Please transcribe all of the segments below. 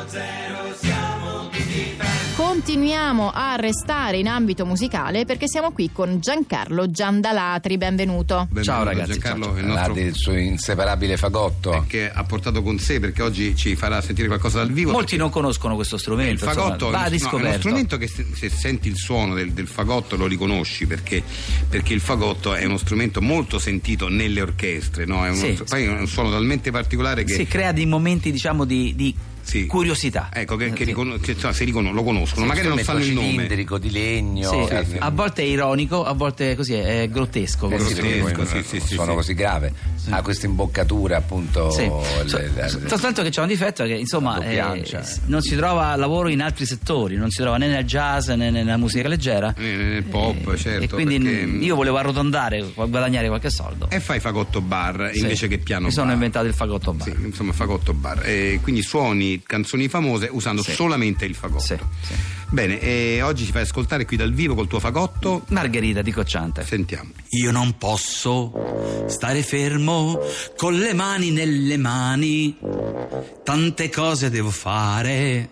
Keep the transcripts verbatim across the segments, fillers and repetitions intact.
Continuiamo a restare in ambito musicale perché siamo qui con Giancarlo Giandalatri, benvenuto. benvenuto Ciao ragazzi. Giancarlo, ciao, ciao. il nostro... del suo inseparabile fagotto che ha portato con sé, perché oggi ci farà sentire qualcosa dal vivo. Molti non conoscono questo strumento. Il fagotto insomma, va è, uno, no, è uno strumento che se, se senti il suono del, del fagotto lo riconosci, perché, perché il fagotto è uno strumento molto sentito nelle orchestre, no? È uno, sì, poi è un suono talmente particolare che si crea dei momenti, diciamo, di, di sì. curiosità. Ecco, che, che, sì. ricon- che cioè, si riconoscono, lo conoscono, sì, magari non sanno il nome. Cilindrico di legno. Sì, eh, sì. A volte è ironico, a volte è così, è grottesco. Eh sì, grottesco, sì, sì, sì, sì, suono sì. così grave. Sì. Ha questa imboccatura, appunto. Sì. le- So- le- so- soltanto che c'è un difetto che insomma La eh, doppiancia. non si trova lavoro in altri settori, non si trova né nel jazz né nella musica leggera. Eh, nel pop, Eh, certo. E quindi perché... io volevo arrotondare, guadagnare qualche soldo. E fai fagotto bar Sì. invece che piano Mi sono bar. inventato il fagotto bar. Sì, insomma, fagotto bar. E quindi suoni canzoni famose usando Sì. solamente il fagotto. Sì, sì. Bene, e oggi ci fai ascoltare qui dal vivo col tuo fagotto. Margherita di Cocciante. Sentiamo. Io non posso stare fermo con le mani nelle mani, tante cose devo fare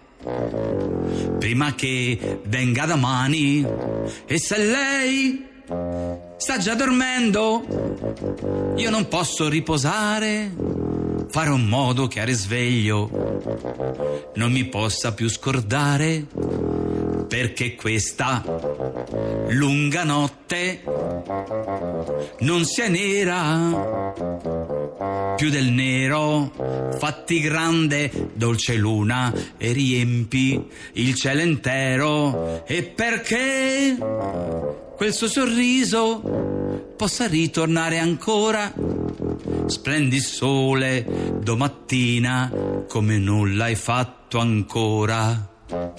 prima che venga domani. E se lei sta già dormendo, io non posso riposare, fare un modo che a risveglio non mi possa più scordare, perché questa lunga notte non sia nera più del nero. Fatti grande, dolce luna, e riempi il cielo intero, e perché quel suo sorriso possa ritornare ancora. Splendi sole domattina come nulla hai fatto ancora.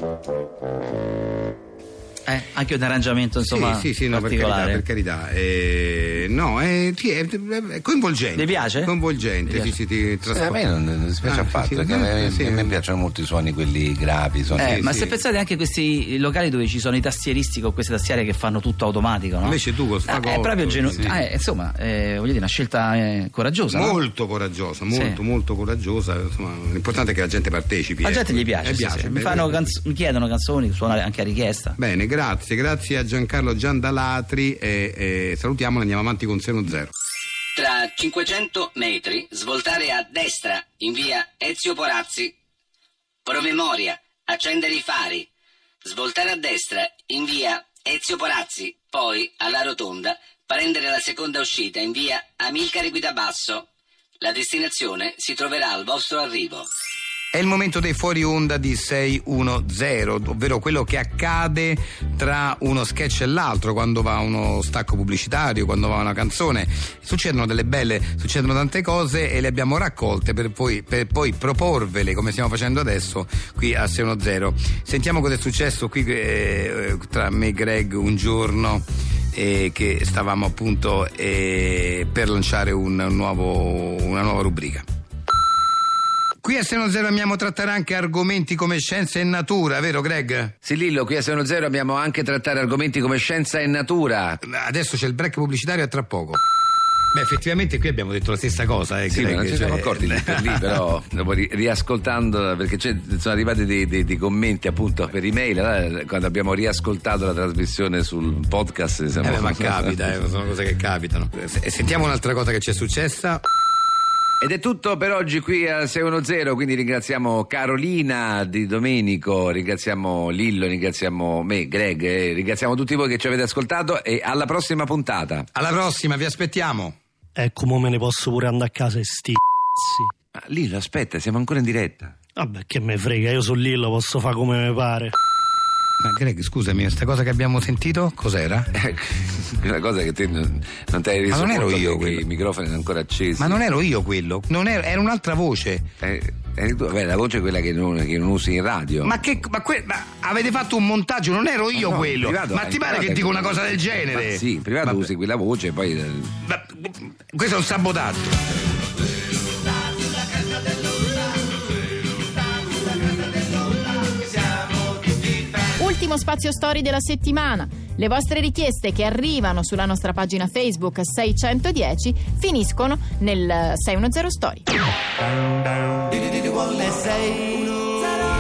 Eh, anche un arrangiamento insomma sì, sì, sì, no, per carità, particolare. per carità. Eh, no, è, sì, è, è coinvolgente. Le piace? Coinvolgente, Le sì, sì, ti Sì, a me non, non dispiace Ah, affatto, sì, perché sì, a me, sì. a me piacciono molto i suoni, quelli gravi. Suoni Eh, sì, ma sì. se pensate anche a questi locali dove ci sono i tastieristi con queste tastiere che fanno tutto automatico, no? Invece tu col Ah, fagotto, è proprio genu- sì. ah, eh, insomma, eh, voglio dire, una scelta eh, coraggiosa, no? Molto coraggiosa, molto, Sì. molto coraggiosa. Insomma, l'importante è che la gente partecipi. La ecco. gente gli piace, Eh, sì, piace, sì. Mi, beh, fanno beh. canz- mi chiedono canzoni, suonare anche a richiesta. Bene, grazie, grazie a Giancarlo Giandalatri e, e salutiamo, andiamo avanti con Seno Zero. Tra cinquecento metri, svoltare a destra in via Ezio Porazzi. Promemoria, accendere i fari. Svoltare a destra in via Ezio Porazzi, poi alla rotonda prendere la seconda uscita in via Amilcare Guidabasso. La destinazione si troverà al vostro arrivo. È il momento dei fuori onda di sei uno zero, ovvero quello che accade tra uno sketch e l'altro, quando va uno stacco pubblicitario, quando va una canzone. Succedono delle belle, succedono tante cose e le abbiamo raccolte per poi, per poi proporvele, come stiamo facendo adesso qui a sei uno zero. Sentiamo cosa è successo qui eh, tra me e Greg un giorno. Eh, che stavamo appunto eh, per lanciare un nuovo, una nuova rubrica. Qui a sei uno zero amiamo trattare anche argomenti come scienza e natura, vero Greg? Sì, Lillo, qui a sei uno zero amiamo anche trattare argomenti come scienza e natura. Adesso c'è il break pubblicitario e tra poco. Beh, effettivamente qui abbiamo detto la stessa cosa, eh, Sì, Greg, ma non ci cioè- siamo accorti lì per lì, però dopo ri- riascoltando, perché c'è- sono arrivati dei, dei- dei commenti appunto per email, allora, quando abbiamo riascoltato la trasmissione sul podcast. Siamo... Eh, beh, ma capita, eh, sono cose che capitano. S- Sentiamo un'altra cosa che ci è successa. Ed è tutto per oggi qui a sei uno zero, quindi ringraziamo Carolina Di Domenico, ringraziamo Lillo, ringraziamo me, Greg, eh, ringraziamo tutti voi che ci avete ascoltato e alla prossima puntata. Alla prossima, vi aspettiamo. Ecco, mo me ne posso pure andare a casa e sti c***i. Ma Lillo, aspetta, siamo ancora in diretta. Vabbè, che me frega, io sono lì, lo posso fare come mi pare. Ma Greg, scusami, questa cosa che abbiamo sentito, cos'era? Una cosa che te non, non ti hai reso Ma non ero conto io che quello. i microfoni sono ancora accesi. Ma non ero io quello, non ero, era un'altra voce. Eh, eh, tu- beh, la voce è quella che non, che non usi in radio. Ma che ma, que- ma avete fatto un montaggio, non ero io No, in quello. privato- ma in ti pare privato che è- dico una cosa del genere? Ma sì, in privato Vabbè. usi quella voce e poi. eh, Ma- questo è un sabotaggio. Ultimo spazio story della settimana. Le vostre richieste che arrivano sulla nostra pagina Facebook seicentodieci finiscono nel sei uno zero Story.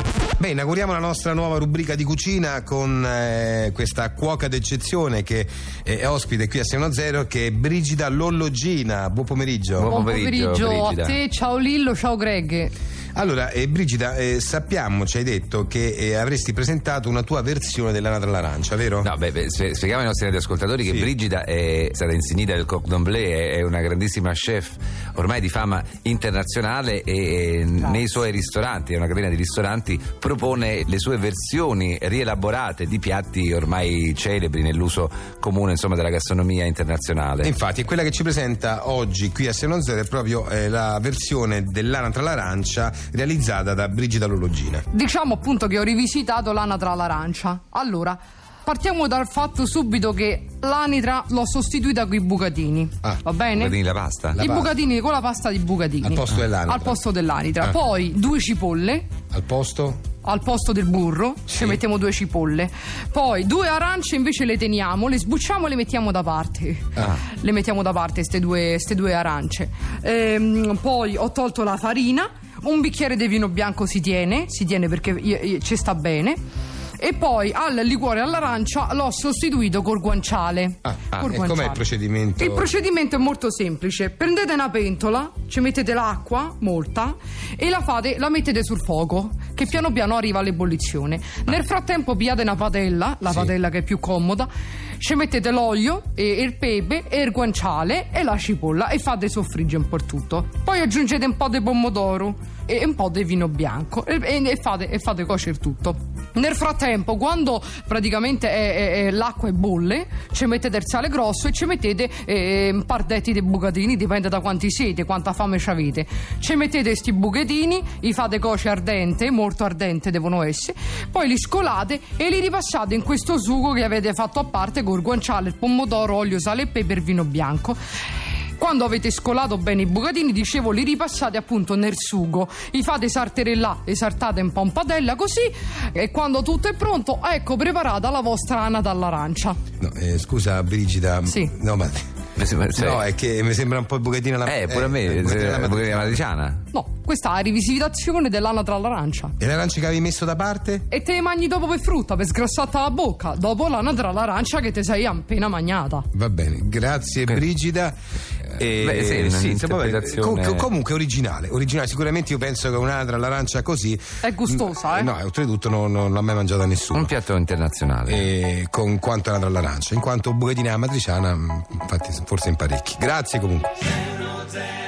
Beh, inauguriamo la nostra nuova rubrica di cucina con eh, questa cuoca d'eccezione che è ospite qui a sei uno zero, che è Brigida Lolloggina. Buon pomeriggio. Buon Buon pomeriggio, pomeriggio a Brigida. te, ciao Lillo, ciao Greg. Allora, eh, Brigida, eh, sappiamo, ci hai detto che eh, avresti presentato una tua versione dell'anatra all'arancia, vero? No, beh, beh, spie- spieghiamo ai nostri ascoltatori Sì. che Brigida è stata insignita del Cordon Bleu, è, è una grandissima chef ormai di fama internazionale e, e nei suoi ristoranti, è una catena di ristoranti, propone le sue versioni rielaborate di piatti ormai celebri nell'uso comune, insomma, della gastronomia internazionale. Infatti, quella che ci presenta oggi qui a sei uno zero è proprio eh, la versione dell'anatra all'arancia realizzata da Brigida Lolloggina. Diciamo appunto che ho rivisitato l'anatra all'arancia. Allora, partiamo dal fatto subito che l'anitra l'ho sostituita con i bucatini. Ah, va bene? Quindi la pasta? La I pasta. bucatini con la pasta di bucatini. Al posto dell'anitra. Al posto dell'anitra. Ah. Poi due cipolle. Al posto? Al posto del burro Sì. ci mettiamo due cipolle. Poi due arance invece le teniamo, le sbucciamo e le mettiamo da parte. Ah. Le mettiamo da parte queste due, ste due arance. Ehm, poi ho tolto la farina. Un bicchiere di vino bianco si tiene, si tiene perché io- io- ci sta bene. E poi al liquore all'arancia l'ho sostituito col guanciale. Ah, ah, Col e guanciale. com'è il procedimento? Il procedimento è molto semplice. Prendete una pentola, ci mettete l'acqua, molta, e la fate, la mettete sul fuoco, che piano piano arriva all'ebollizione. Nel frattempo pigliate una padella, la Sì. padella che è più comoda, ci mettete l'olio, e il pepe e il guanciale e la cipolla e fate soffriggere un po' il tutto. Poi aggiungete un po' di pomodoro e un po' di vino bianco e, e- e fate, e fate cuocere il tutto. Nel frattempo, quando praticamente è, è- è- l'acqua è bolle, ci mettete il sale grosso e ci mettete eh, un pardetti di bucatini, dipende da quanti siete, quanta fame ci avete. Ci mettete sti bucatini, li fate cuocere ardente, molto ardente devono essere, poi li scolate e li ripassate in questo sugo che avete fatto a parte col guanciale, il pomodoro, olio, sale e pepe e vino bianco. Quando avete scolato bene i bucatini, dicevo, li ripassate appunto nel sugo, li fate sarterellà, le sartate un po' in padella così, e quando tutto è pronto, ecco preparata la vostra anatra all'arancia. No, eh, scusa Brigida. Sì. No, ma Cioè- no, è che mi sembra un po' il bucatino alla Eh, pure a me, il bucatino alla la bucatina matriciana. matriciana. No, questa è la rivisitazione dell'anatra all'arancia. E le arance che avevi messo da parte? E te le mangi dopo per frutta, per sgrassarti la bocca, dopo l'anatra all'arancia che ti sei appena magnata. Va bene, grazie Brigida. Eh, beh, sì, insomma, vabbè, un'interpretazione- com- comunque originale, originale. Sicuramente io penso che un'anatra all'arancia così È gustosa, eh? No, oltretutto non, non l'ha mai mangiata nessuno. Un piatto internazionale. Eh, con quanto anatra all'arancia, in quanto bucatina alla matriciana, mh, infatti forse in parecchi. Grazie comunque.